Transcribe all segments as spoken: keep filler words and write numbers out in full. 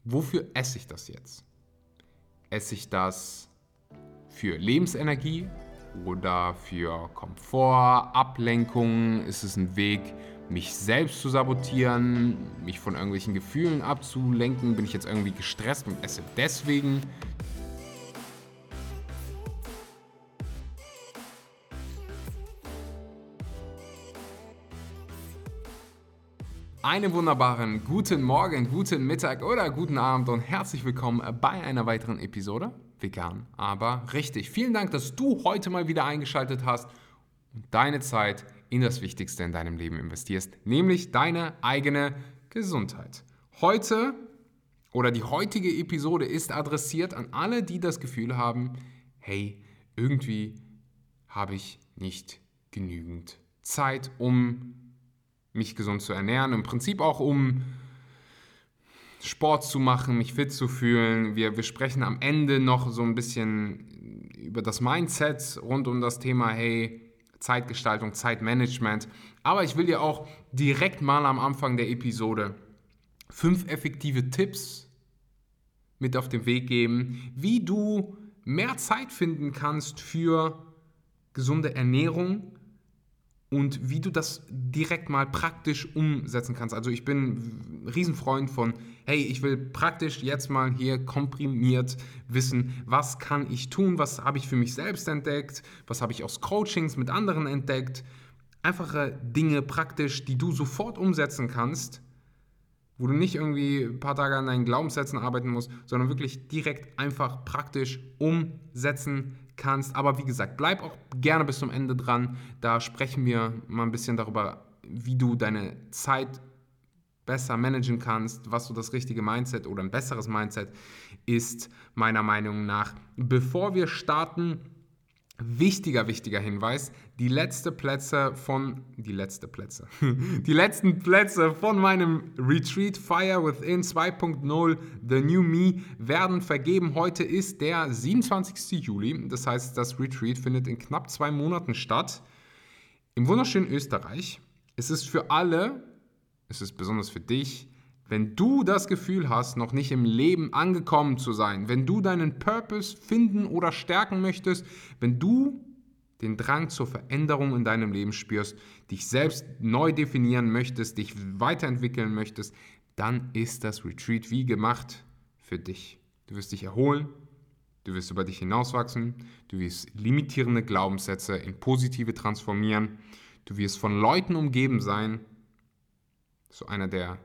wofür esse ich das jetzt? Esse ich das für Lebensenergie oder für Komfort, Ablenkung? Ist es ein Weg, mich selbst zu sabotieren, mich von irgendwelchen Gefühlen abzulenken? Bin ich jetzt irgendwie gestresst und esse deswegen? Einen wunderbaren guten Morgen, guten Mittag oder guten Abend und herzlich willkommen bei einer weiteren Episode Vegan, aber richtig. Vielen Dank, dass du heute mal wieder eingeschaltet hast und deine Zeit in das Wichtigste in deinem Leben investierst, nämlich deine eigene Gesundheit. Heute oder die heutige Episode ist adressiert an alle, die das Gefühl haben, hey, irgendwie habe ich nicht genügend Zeit, um mich gesund zu ernähren, im Prinzip auch um Sport zu machen, mich fit zu fühlen. Wir, wir sprechen am Ende noch so ein bisschen über das Mindset rund um das Thema, hey, Zeitgestaltung, Zeitmanagement. Aber ich will dir auch direkt mal am Anfang der Episode fünf effektive Tipps mit auf den Weg geben, wie du mehr Zeit finden kannst für gesunde Ernährung und wie du das direkt mal praktisch umsetzen kannst. Also ich bin ein Riesenfreund von, hey, ich will praktisch jetzt mal hier komprimiert wissen, was kann ich tun, was habe ich für mich selbst entdeckt, was habe ich aus Coachings mit anderen entdeckt. Einfache Dinge praktisch, die du sofort umsetzen kannst, wo du nicht irgendwie ein paar Tage an deinen Glaubenssätzen arbeiten musst, sondern wirklich direkt einfach praktisch umsetzen kannst. Aber wie gesagt, bleib auch gerne bis zum Ende dran. Da sprechen wir mal ein bisschen darüber, wie du deine Zeit besser managen kannst, was so das richtige Mindset oder ein besseres Mindset ist, meiner Meinung nach. Bevor wir starten, Wichtiger, wichtiger Hinweis, die letzte Plätze von, die letzte Plätze, die letzten Plätze von meinem Retreat Fire Within zwei Punkt null, The New Me, werden vergeben. Heute ist der siebenundzwanzigster Juli, das heißt, das Retreat findet in knapp zwei Monaten statt, im wunderschönen Österreich. Es ist für alle, es ist besonders für dich, wenn du das Gefühl hast, noch nicht im Leben angekommen zu sein, wenn du deinen Purpose finden oder stärken möchtest, wenn du den Drang zur Veränderung in deinem Leben spürst, dich selbst neu definieren möchtest, dich weiterentwickeln möchtest, dann ist das Retreat wie gemacht für dich. Du wirst dich erholen, du wirst über dich hinauswachsen, du wirst limitierende Glaubenssätze in positive transformieren, du wirst von Leuten umgeben sein, so einer der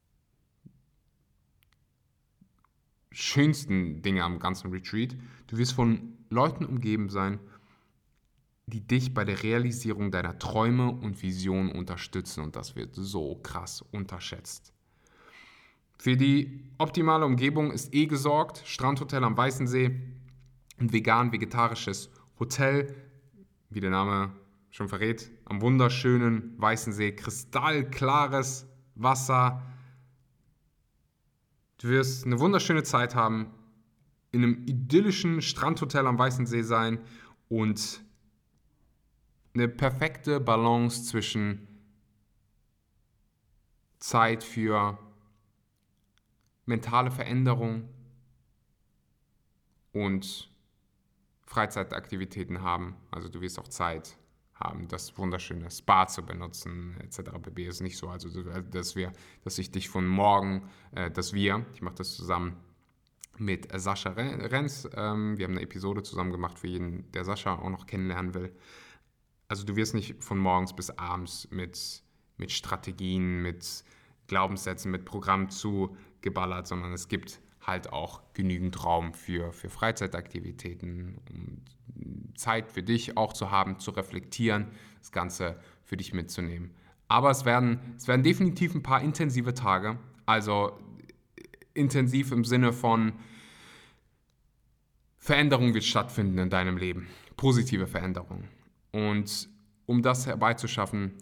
schönsten Dinge am ganzen Retreat. Du wirst von Leuten umgeben sein, die dich bei der Realisierung deiner Träume und Visionen unterstützen und das wird so krass unterschätzt. Für die optimale Umgebung ist eh gesorgt. Strandhotel am Weißensee, ein vegan-vegetarisches Hotel, wie der Name schon verrät, am wunderschönen Weißensee, kristallklares Wasser. Du wirst eine wunderschöne Zeit haben, in einem idyllischen Strandhotel am Weißensee sein und eine perfekte Balance zwischen Zeit für mentale Veränderung und Freizeitaktivitäten haben. Also du wirst auch Zeit haben, das wunderschöne Spa zu benutzen, et cetera pp. Ist nicht so, also dass wir, dass ich dich von morgen, äh, dass wir, ich mache das zusammen mit Sascha Renz, ähm, wir haben eine Episode zusammen gemacht für jeden, der Sascha auch noch kennenlernen will. Also du wirst nicht von morgens bis abends mit, mit Strategien, mit Glaubenssätzen, mit Programm zugeballert, sondern es gibt halt auch genügend Raum für, für Freizeitaktivitäten und Zeit für dich auch zu haben, zu reflektieren, das Ganze für dich mitzunehmen. Aber es werden, es werden definitiv ein paar intensive Tage, also intensiv im Sinne von Veränderung wird stattfinden in deinem Leben, positive Veränderung. Und um das herbeizuschaffen,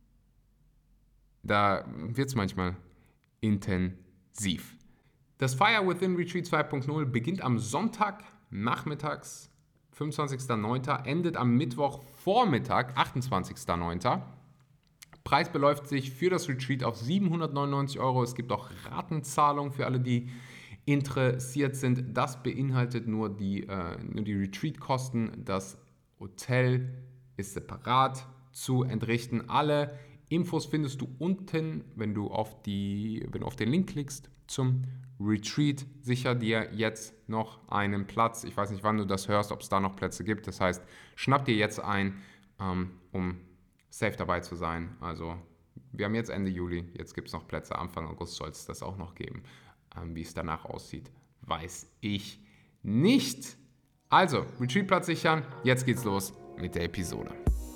da wird es manchmal intensiv. Das Fire Within Retreat zwei Punkt null beginnt am Sonntag nachmittags, fünfundzwanzigster neunter, endet am Mittwoch Vormittag, achtundzwanzigster neunter. Preis beläuft sich für das Retreat auf siebenhundertneunundneunzig Euro. Es gibt auch Ratenzahlung für alle, die interessiert sind, das beinhaltet nur die, äh, nur die Retreat-Kosten. Das Hotel ist separat zu entrichten. Alle Infos findest du unten, wenn du auf, die, wenn du auf den Link klickst zum Retreat. Sicher dir jetzt noch einen Platz. Ich weiß nicht, wann du das hörst, ob es da noch Plätze gibt. Das heißt, schnapp dir jetzt ein, ähm, um safe dabei zu sein. Also wir haben jetzt Ende Juli, jetzt gibt es noch Plätze. Anfang August soll es das auch noch geben. Ähm, wie es danach aussieht, weiß ich nicht. Also, Retreatplatz sichern. Jetzt geht's los mit der Episode.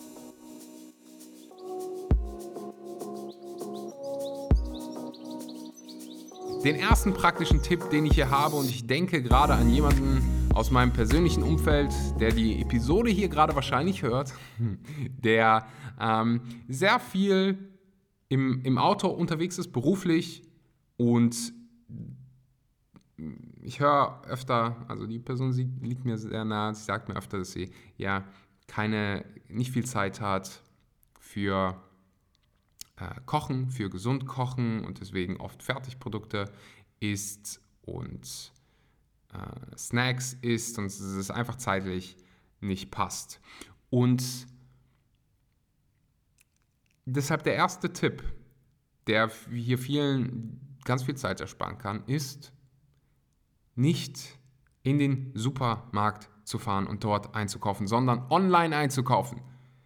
Den ersten praktischen Tipp, den ich hier habe, und ich denke gerade an jemanden aus meinem persönlichen Umfeld, der die Episode hier gerade wahrscheinlich hört, der ähm, sehr viel im, im Auto unterwegs ist, beruflich, und ich höre öfter, also die Person sie liegt mir sehr nahe, sie sagt mir öfter, dass sie ja keine, nicht viel Zeit hat für äh, Kochen, für gesund Kochen und deswegen oft Fertigprodukte isst und äh, Snacks isst und es einfach zeitlich nicht passt. Und deshalb der erste Tipp, der hier vielen ganz viel Zeit ersparen kann, ist, nicht in den Supermarkt zu fahren und dort einzukaufen, sondern online einzukaufen.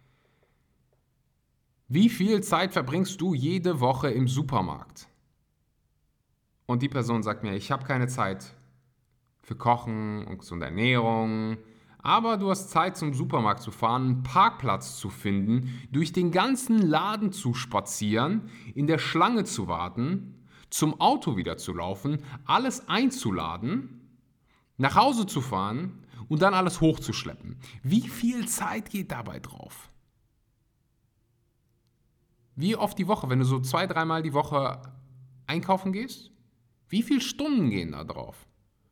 Wie viel Zeit verbringst du jede Woche im Supermarkt? Und die Person sagt mir, ich habe keine Zeit für Kochen und gesunde Ernährung, aber du hast Zeit, zum Supermarkt zu fahren, einen Parkplatz zu finden, durch den ganzen Laden zu spazieren, in der Schlange zu warten, zum Auto wieder zu laufen, alles einzuladen, nach Hause zu fahren und dann alles hochzuschleppen. Wie viel Zeit geht dabei drauf? Wie oft die Woche, wenn du so zwei, dreimal die Woche einkaufen gehst? Wie viele Stunden gehen da drauf?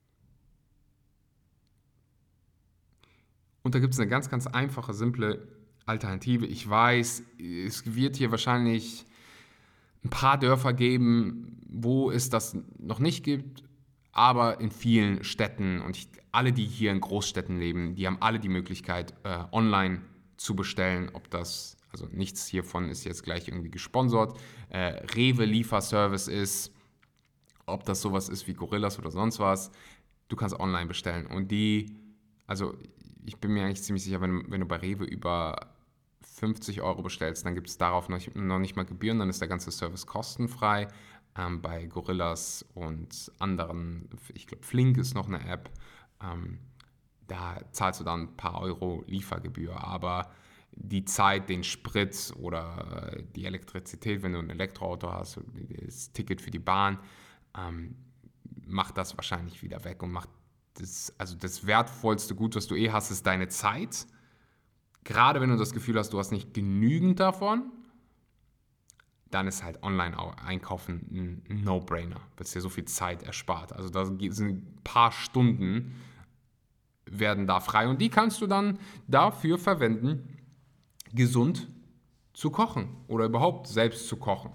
Und da gibt es eine ganz, ganz einfache, simple Alternative. Ich weiß, es wird hier wahrscheinlich ein paar Dörfer geben, wo es das noch nicht gibt, aber in vielen Städten und ich, alle, die hier in Großstädten leben, die haben alle die Möglichkeit, äh, online zu bestellen. Ob das, also nichts hiervon ist jetzt gleich irgendwie gesponsert, äh, Rewe Lieferservice ist, ob das sowas ist wie Gorillas oder sonst was, du kannst online bestellen. Und die, also ich bin mir eigentlich ziemlich sicher, wenn, wenn du bei Rewe über fünfzig Euro bestellst, dann gibt es darauf noch, noch nicht mal Gebühren, dann ist der ganze Service kostenfrei. Ähm, bei Gorillas und anderen, ich glaube Flink ist noch eine App, ähm, da zahlst du dann ein paar Euro Liefergebühr, aber die Zeit, den Sprit oder die Elektrizität, wenn du ein Elektroauto hast, das Ticket für die Bahn, ähm, macht das wahrscheinlich wieder weg und macht das, also das wertvollste Gut, was du eh hast, ist deine Zeit. Gerade wenn du das Gefühl hast, du hast nicht genügend davon, dann ist halt Online-Einkaufen ein No-Brainer, weil es dir so viel Zeit erspart. Also da sind ein paar Stunden werden da frei und die kannst du dann dafür verwenden, gesund zu kochen oder überhaupt selbst zu kochen.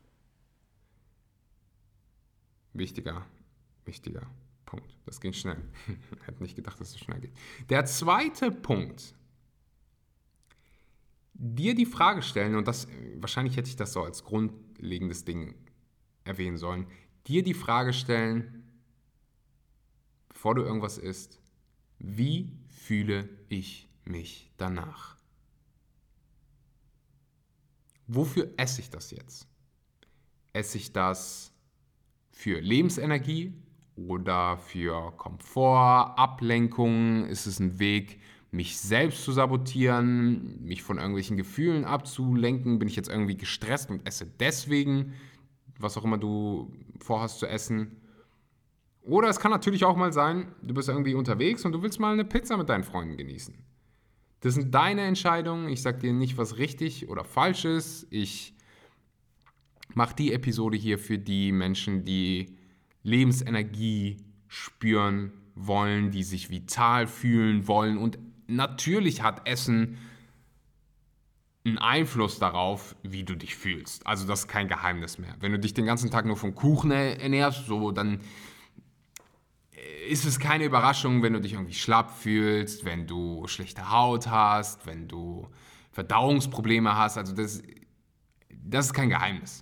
Wichtiger, wichtiger Punkt. Das ging schnell. Ich hätte nicht gedacht, dass es so schnell geht. Der zweite Punkt. Dir die Frage stellen, und das wahrscheinlich hätte ich das so als grundlegendes Ding erwähnen sollen, dir die Frage stellen, bevor du irgendwas isst, wie fühle ich mich danach? Wofür esse ich das jetzt? Esse ich das für Lebensenergie oder für Komfort, Ablenkung? Ist es ein Weg, mich selbst zu sabotieren, mich von irgendwelchen Gefühlen abzulenken? Bin ich jetzt irgendwie gestresst und esse deswegen, was auch immer du vorhast zu essen? Oder es kann natürlich auch mal sein, du bist irgendwie unterwegs und du willst mal eine Pizza mit deinen Freunden genießen. Das sind deine Entscheidungen. Ich sage dir nicht, was richtig oder falsch ist. Ich mache die Episode hier für die Menschen, die Lebensenergie spüren wollen, die sich vital fühlen wollen. Und natürlich hat Essen einen Einfluss darauf, wie du dich fühlst. Also das ist kein Geheimnis mehr. Wenn du dich den ganzen Tag nur von Kuchen ernährst, so, dann ist es keine Überraschung, wenn du dich irgendwie schlapp fühlst, wenn du schlechte Haut hast, wenn du Verdauungsprobleme hast. Also das, das ist kein Geheimnis.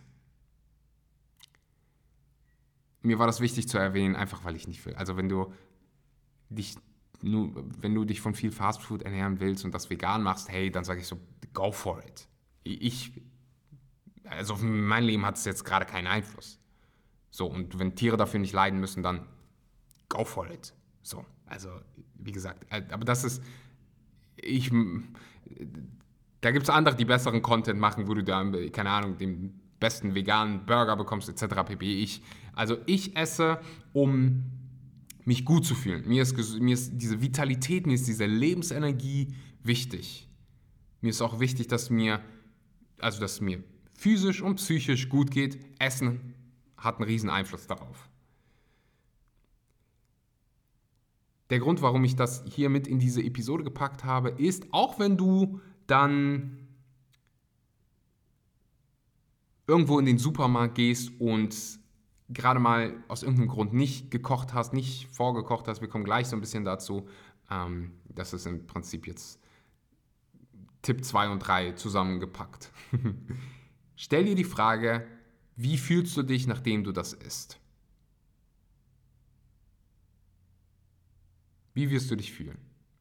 Mir war das wichtig zu erwähnen, einfach weil ich nicht will. Also wenn du dich nur, wenn du dich von viel Fastfood ernähren willst und das vegan machst, hey, dann sage ich so, go for it. Ich, also auf mein Leben hat es jetzt gerade keinen Einfluss. So, und wenn Tiere dafür nicht leiden müssen, dann go for it. So, also wie gesagt, aber das ist, ich, da gibt es andere, die besseren Content machen, wo du da, keine Ahnung, den besten veganen Burger bekommst, et cetera pp. Ich, also ich esse, um mich gut zu fühlen. Mir ist, mir ist diese Vitalität, mir ist diese Lebensenergie wichtig. Mir ist auch wichtig, dass mir, also dass mir physisch und psychisch gut geht. Essen hat einen riesen Einfluss darauf. Der Grund, warum ich das hier mit in diese Episode gepackt habe, ist, auch wenn du dann irgendwo in den Supermarkt gehst und gerade mal aus irgendeinem Grund nicht gekocht hast, nicht vorgekocht hast, wir kommen gleich so ein bisschen dazu, ähm, das ist im Prinzip jetzt Tipp zwei und drei zusammengepackt. Stell dir die Frage, wie fühlst du dich, nachdem du das isst? Wie wirst du dich fühlen?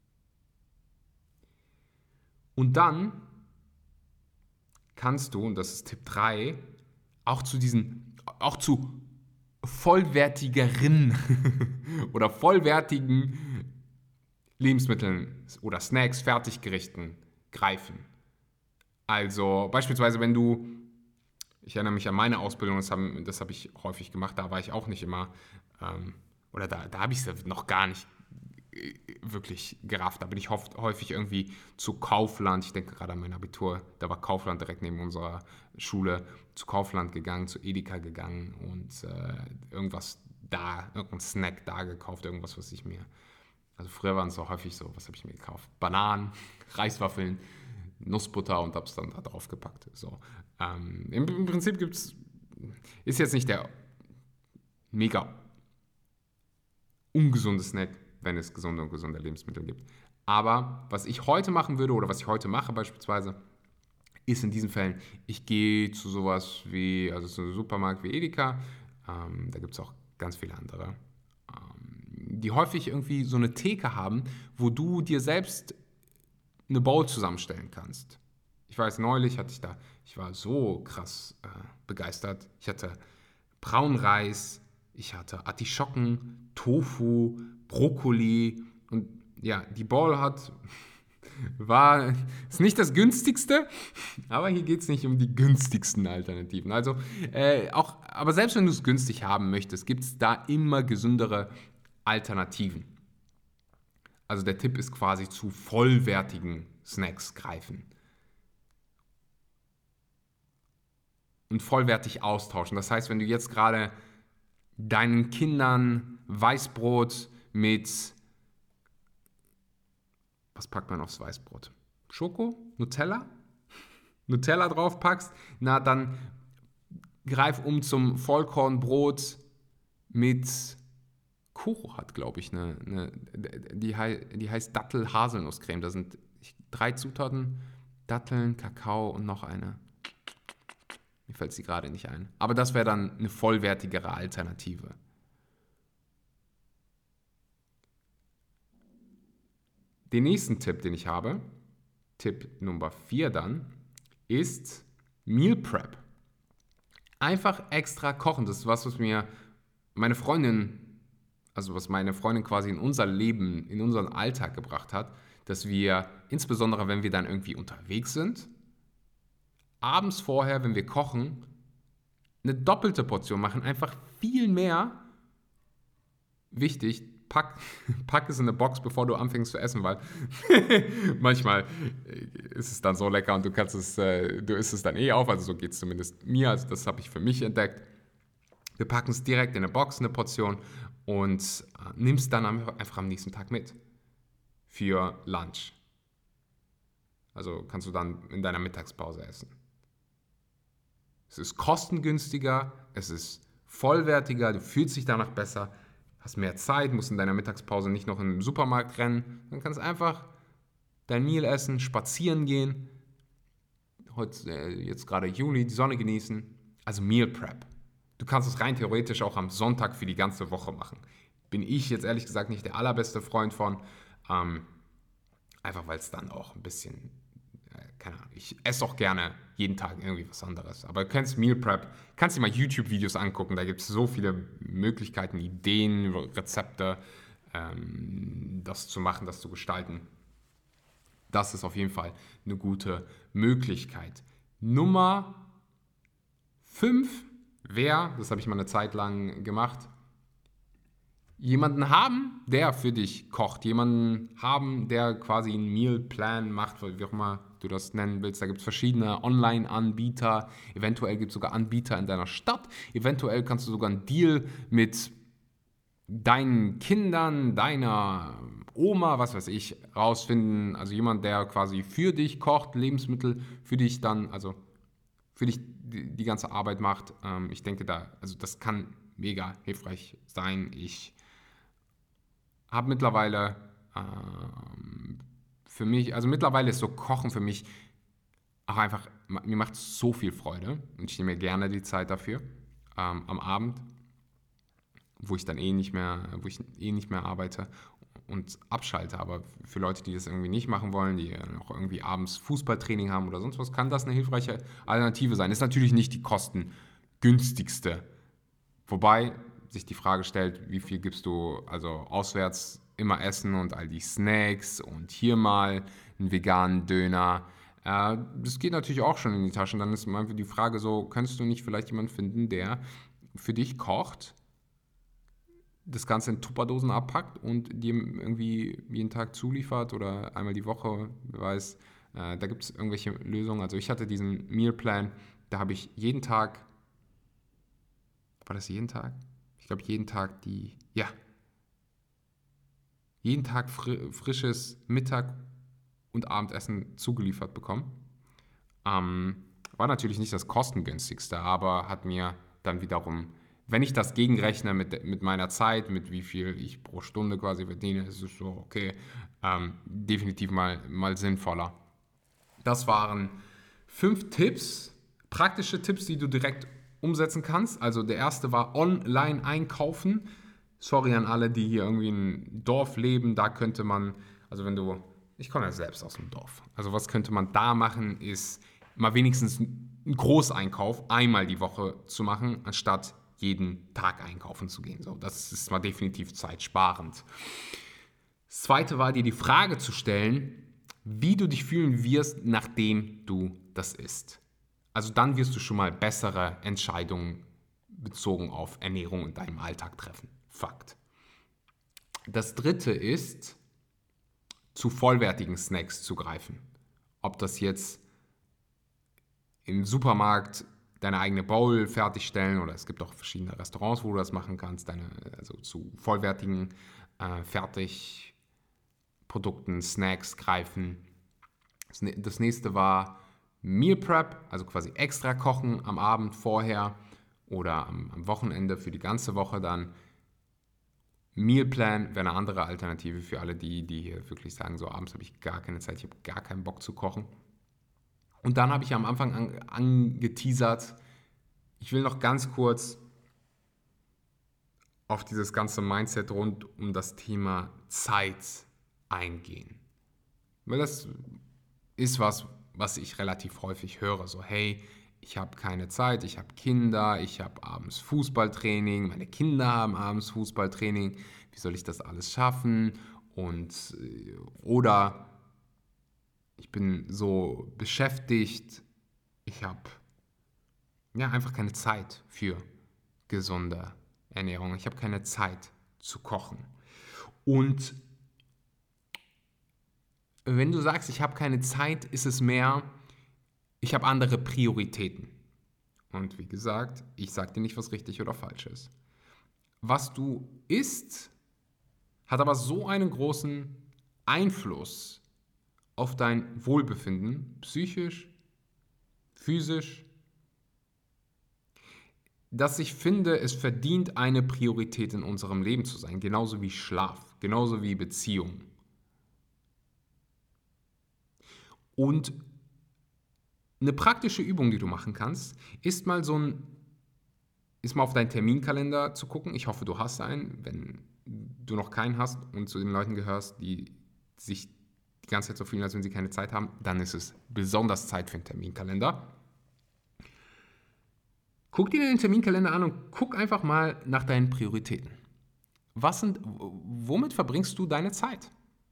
Und dann kannst du, und das ist Tipp drei, auch zu diesen, auch zu vollwertigeren oder vollwertigen Lebensmitteln oder Snacks, Fertiggerichten greifen. Also beispielsweise, wenn du, ich erinnere mich an meine Ausbildung, das habe das hab ich häufig gemacht, da war ich auch nicht immer, ähm, oder da, da habe ich es noch gar nicht wirklich gerafft. Da bin ich häufig irgendwie zu Kaufland, ich denke gerade an mein Abitur, da war Kaufland direkt neben unserer Schule, zu Kaufland gegangen, zu Edeka gegangen und äh, irgendwas da, irgendein Snack da gekauft, irgendwas, was ich mir, also früher waren es so häufig so, was habe ich mir gekauft? Bananen, Reiswaffeln, Nussbutter und habe es dann da drauf gepackt. So. Ähm, im, Im Prinzip gibt es, ist jetzt nicht der mega ungesunde Snack, wenn es gesunde und gesunde Lebensmittel gibt. Aber was ich heute machen würde oder was ich heute mache beispielsweise, ist in diesen Fällen, ich gehe zu sowas wie, also zu einem Supermarkt wie Edeka, ähm, da gibt es auch ganz viele andere, ähm, die häufig irgendwie so eine Theke haben, wo du dir selbst eine Bowl zusammenstellen kannst. Ich weiß, neulich hatte ich da, ich war so krass äh, begeistert. Ich hatte Braunreis, ich hatte Artischocken, Tofu, Brokkoli und ja, die Bowl hat, war, ist nicht das günstigste, aber hier geht es nicht um die günstigsten Alternativen. Also äh, auch, aber selbst wenn du es günstig haben möchtest, gibt es da immer gesündere Alternativen. Also der Tipp ist quasi zu vollwertigen Snacks greifen. Und vollwertig austauschen. Das heißt, wenn du jetzt gerade deinen Kindern Weißbrot mit, was packt man aufs Weißbrot? Schoko? Nutella? Nutella drauf packst, na dann greif um zum Vollkornbrot mit Koro hat, glaube ich, eine, eine die, die heißt Dattel-Haselnusscreme. Da sind drei Zutaten, Datteln, Kakao und noch eine. Mir fällt sie gerade nicht ein. Aber das wäre dann eine vollwertigere Alternative. Den nächsten Tipp, den ich habe, Tipp Nummer vier dann, ist Meal Prep. Einfach extra kochen. Das ist was, was mir meine Freundin, also was meine Freundin quasi in unser Leben, in unseren Alltag gebracht hat, dass wir, insbesondere wenn wir dann irgendwie unterwegs sind, abends vorher, wenn wir kochen, eine doppelte Portion machen, einfach viel mehr. Wichtig, pack, pack es in eine Box, bevor du anfängst zu essen, weil manchmal ist es dann so lecker und du kannst es, äh, du isst es dann eh auf, also so geht es zumindest mir, also das habe ich für mich entdeckt. Wir packen es direkt in eine Box, eine Portion und äh, nimmst dann einfach am nächsten Tag mit für Lunch. Also kannst du dann in deiner Mittagspause essen. Es ist kostengünstiger, es ist vollwertiger, du fühlst dich danach besser, hast mehr Zeit, musst in deiner Mittagspause nicht noch in den Supermarkt rennen. Dann kannst du einfach dein Meal essen, spazieren gehen. Heute, äh, jetzt gerade Juli, die Sonne genießen. Also Meal Prep. Du kannst es rein theoretisch auch am Sonntag für die ganze Woche machen. Bin ich jetzt ehrlich gesagt nicht der allerbeste Freund von. Ähm, einfach weil es dann auch ein bisschen, äh, keine Ahnung, ich esse auch gerne jeden Tag irgendwie was anderes. Aber du kennst Meal Prep, kannst dir mal YouTube-Videos angucken. Da gibt es so viele Möglichkeiten, Ideen, Rezepte, ähm, das zu machen, das zu gestalten. Das ist auf jeden Fall eine gute Möglichkeit. Nummer fünf wäre, das habe ich mal eine Zeit lang gemacht, jemanden haben, der für dich kocht. Jemanden haben, der quasi einen Mealplan macht, wie auch immer du das nennen willst. Da gibt es verschiedene Online-Anbieter. Eventuell gibt es sogar Anbieter in deiner Stadt. Eventuell kannst du sogar einen Deal mit deinen Kindern, deiner Oma, was weiß ich, rausfinden. Also jemand, der quasi für dich kocht, Lebensmittel für dich dann, also für dich die, die ganze Arbeit macht. Ähm, ich denke da, also das kann mega hilfreich sein. Ich habe mittlerweile ähm, für mich, also mittlerweile ist so Kochen für mich auch einfach, mir macht es so viel Freude und ich nehme mir gerne die Zeit dafür ähm, am Abend, wo ich dann eh nicht mehr, wo ich eh nicht mehr arbeite und abschalte. Aber für Leute, die das irgendwie nicht machen wollen, die noch irgendwie abends Fußballtraining haben oder sonst was, kann das eine hilfreiche Alternative sein. Ist natürlich nicht die kostengünstigste. Wobei sich die Frage stellt, wie viel gibst du also auswärts immer essen und all die Snacks und hier mal einen veganen Döner. Äh, das geht natürlich auch schon in die Tasche. Dann ist mal die Frage so, könntest du nicht vielleicht jemanden finden, der für dich kocht, das Ganze in Tupperdosen abpackt und dir irgendwie jeden Tag zuliefert oder einmal die Woche, wer weiß. Äh, da gibt es irgendwelche Lösungen. Also ich hatte diesen Mealplan, da habe ich jeden Tag, war das jeden Tag? Ich glaube jeden Tag die, ja, jeden Tag fr- frisches Mittag- und Abendessen zugeliefert bekommen. Ähm, war natürlich nicht das kostengünstigste, aber hat mir dann wiederum, wenn ich das gegenrechne mit, mit meiner Zeit, mit wie viel ich pro Stunde quasi verdiene, ist es so, okay, ähm, definitiv mal, mal sinnvoller. Das waren fünf Tipps, praktische Tipps, die du direkt umsetzen kannst. Also der erste war online einkaufen. Sorry an alle, die hier irgendwie im Dorf leben, da könnte man, also wenn du, ich komme ja selbst aus dem Dorf, also was könnte man da machen, ist mal wenigstens einen Großeinkauf einmal die Woche zu machen, anstatt jeden Tag einkaufen zu gehen. So, das ist mal definitiv zeitsparend. Das zweite war dir die Frage zu stellen, wie du dich fühlen wirst, nachdem du das isst. Also dann wirst du schon mal bessere Entscheidungen bezogen auf Ernährung in deinem Alltag treffen. Fakt. Das dritte ist, zu vollwertigen Snacks zu greifen. Ob das jetzt im Supermarkt deine eigene Bowl fertigstellen oder es gibt auch verschiedene Restaurants, wo du das machen kannst, deine, also zu vollwertigen äh, Fertigprodukten, Snacks greifen. Das nächste war Meal Prep, also quasi extra kochen am Abend vorher oder am, am Wochenende für die ganze Woche dann. Mealplan wäre eine andere Alternative für alle die, die hier wirklich sagen, so abends habe ich gar keine Zeit, ich habe gar keinen Bock zu kochen. Und dann habe ich am Anfang an, angeteasert, ich will noch ganz kurz auf dieses ganze Mindset rund um das Thema Zeit eingehen. Weil das ist was, was ich relativ häufig höre. So, hey, ich habe keine Zeit, ich habe Kinder, ich habe abends Fußballtraining, meine Kinder haben abends Fußballtraining, wie soll ich das alles schaffen? Und, oder ich bin so beschäftigt, ich habe ja einfach keine Zeit für gesunde Ernährung, ich habe keine Zeit zu kochen. Und wenn du sagst, ich habe keine Zeit, ist es mehr, ich habe andere Prioritäten. Und wie gesagt, ich sage dir nicht, was richtig oder falsch ist. Was du isst, hat aber so einen großen Einfluss auf dein Wohlbefinden, psychisch, physisch, dass ich finde, es verdient, eine Priorität in unserem Leben zu sein, genauso wie Schlaf, genauso wie Beziehung. Und eine praktische Übung, die du machen kannst, ist mal so ein, ist mal auf deinen Terminkalender zu gucken. Ich hoffe, du hast einen. Wenn du noch keinen hast und zu den Leuten gehörst, die sich die ganze Zeit so fühlen, als wenn sie keine Zeit haben, dann ist es besonders Zeit für einen Terminkalender. Guck dir den Terminkalender an und guck einfach mal nach deinen Prioritäten. Was sind, womit verbringst du deine Zeit?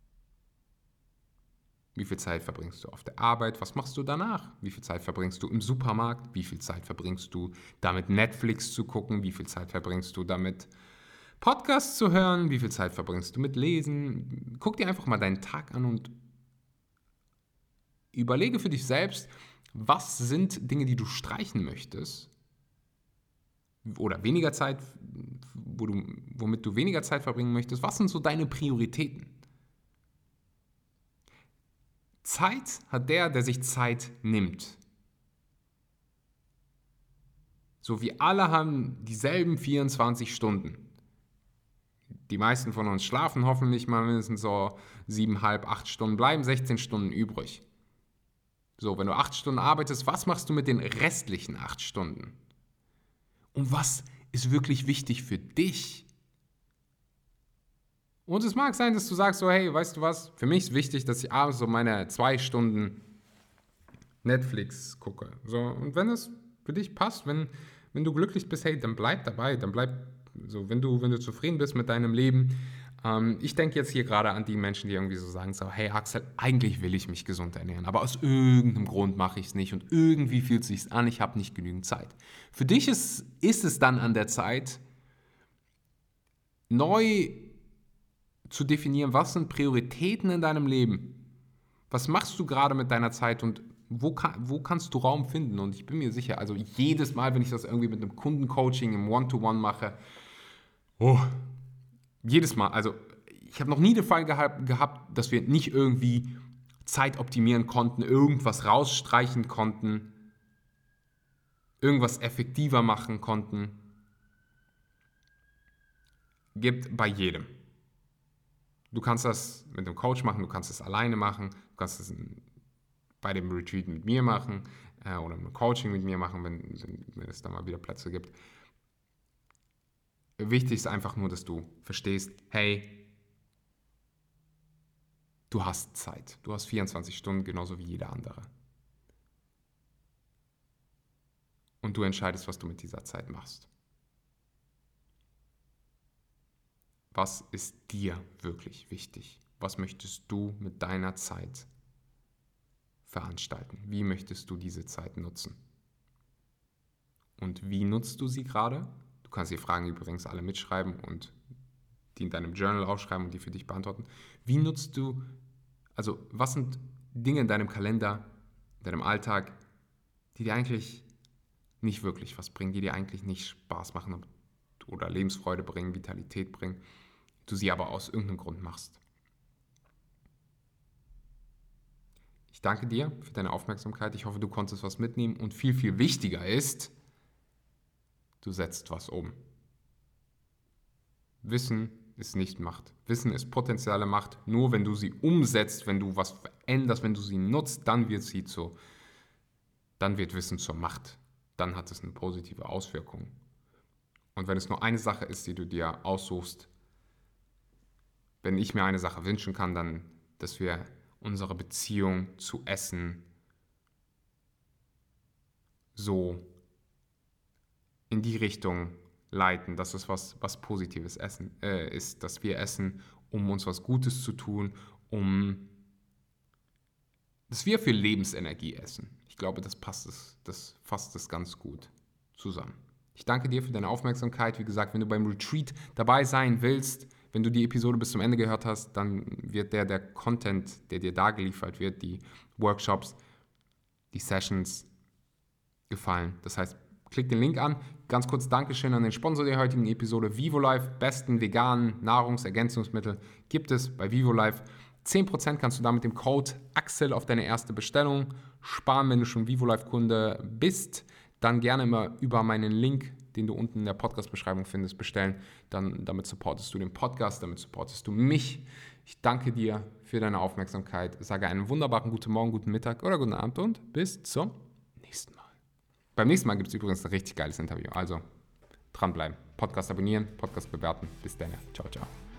Wie viel Zeit verbringst du auf der Arbeit? Was machst du danach? Wie viel Zeit verbringst du im Supermarkt? Wie viel Zeit verbringst du damit, Netflix zu gucken? Wie viel Zeit verbringst du damit, Podcasts zu hören? Wie viel Zeit verbringst du mit Lesen? Guck dir einfach mal deinen Tag an und überlege für dich selbst, was sind Dinge, die du streichen möchtest? Oder weniger Zeit, wo du, womit du weniger Zeit verbringen möchtest. Was sind so deine Prioritäten? Zeit hat der, der sich Zeit nimmt. So, wir alle haben dieselben vierundzwanzig Stunden. Die meisten von uns schlafen hoffentlich mal mindestens so sieben, halb, acht Stunden, bleiben sechzehn Stunden übrig. So, wenn du acht Stunden arbeitest, was machst du mit den restlichen acht Stunden? Und was ist wirklich wichtig für dich? Und es mag sein, dass du sagst so, hey, weißt du was, für mich ist wichtig, dass ich abends so meine zwei Stunden Netflix gucke. So, und wenn es für dich passt, wenn, wenn du glücklich bist, hey, dann bleib dabei, dann bleib so, wenn du, wenn du zufrieden bist mit deinem Leben. Ähm, ich denke jetzt hier gerade an die Menschen, die irgendwie so sagen, so, hey Axel, eigentlich will ich mich gesund ernähren, aber aus irgendeinem Grund mache ich es nicht und irgendwie fühlt es sich an, ich habe nicht genügend Zeit. Für dich ist, ist es dann an der Zeit, neu zu definieren, was sind Prioritäten in deinem Leben? Was machst du gerade mit deiner Zeit und wo, kann, wo kannst du Raum finden? Und ich bin mir sicher, also jedes Mal, wenn ich das irgendwie mit einem Kundencoaching im One-to-One mache, oh, jedes Mal, also ich habe noch nie den Fall gehabt, gehabt, dass wir nicht irgendwie Zeit optimieren konnten, irgendwas rausstreichen konnten, irgendwas effektiver machen konnten. Gibt bei jedem. Du kannst das mit einem Coach machen, du kannst es alleine machen, du kannst es bei dem Retreat mit mir machen äh, oder im Coaching mit mir machen, wenn, wenn es da mal wieder Plätze gibt. Wichtig ist einfach nur, dass du verstehst, hey, du hast Zeit. Du hast vierundzwanzig Stunden, genauso wie jeder andere. Und du entscheidest, was du mit dieser Zeit machst. Was ist dir wirklich wichtig? Was möchtest du mit deiner Zeit veranstalten? Wie möchtest du diese Zeit nutzen? Und wie nutzt du sie gerade? Du kannst die Fragen übrigens alle mitschreiben und die in deinem Journal aufschreiben und die für dich beantworten. Wie nutzt du, also was sind Dinge in deinem Kalender, in deinem Alltag, die dir eigentlich nicht wirklich was bringen, die dir eigentlich nicht Spaß machen oder Lebensfreude bringen, Vitalität bringen, du sie aber aus irgendeinem Grund machst. Ich danke dir für deine Aufmerksamkeit. Ich hoffe, du konntest was mitnehmen und viel, viel wichtiger ist, du setzt was um. Wissen ist nicht Macht. Wissen ist potenzielle Macht. Nur wenn du sie umsetzt, wenn du was veränderst, wenn du sie nutzt, dann wird sie zu, dann wird Wissen zur Macht. Dann hat es eine positive Auswirkung. Und wenn es nur eine Sache ist, die du dir aussuchst, wenn ich mir eine Sache wünschen kann, dann, dass wir unsere Beziehung zu Essen so in die Richtung leiten, dass es was, was Positives essen, äh, ist, dass wir essen, um uns was Gutes zu tun, um dass wir für Lebensenergie essen. Ich glaube, das passt es, das fasst es ganz gut zusammen. Ich danke dir für deine Aufmerksamkeit. Wie gesagt, wenn du beim Retreat dabei sein willst, wenn du die Episode bis zum Ende gehört hast, dann wird der, der Content, der dir da geliefert wird, die Workshops, die Sessions gefallen. Das heißt, klick den Link an. Ganz kurz Dankeschön an den Sponsor der heutigen Episode, VivoLife. Besten veganen Nahrungsergänzungsmittel gibt es bei VivoLife. zehn Prozent kannst du da mit dem Code Axel auf deine erste Bestellung sparen, wenn du schon VivoLife-Kunde bist. Dann gerne immer über meinen Link den du unten in der Podcast-Beschreibung findest, bestellen. Dann, damit supportest du den Podcast, damit supportest du mich. Ich danke dir für deine Aufmerksamkeit. Sage einen wunderbaren guten Morgen, guten Mittag oder guten Abend und bis zum nächsten Mal. Beim nächsten Mal gibt es übrigens ein richtig geiles Interview. Also dranbleiben, Podcast abonnieren, Podcast bewerten. Bis dann. Ciao, ciao.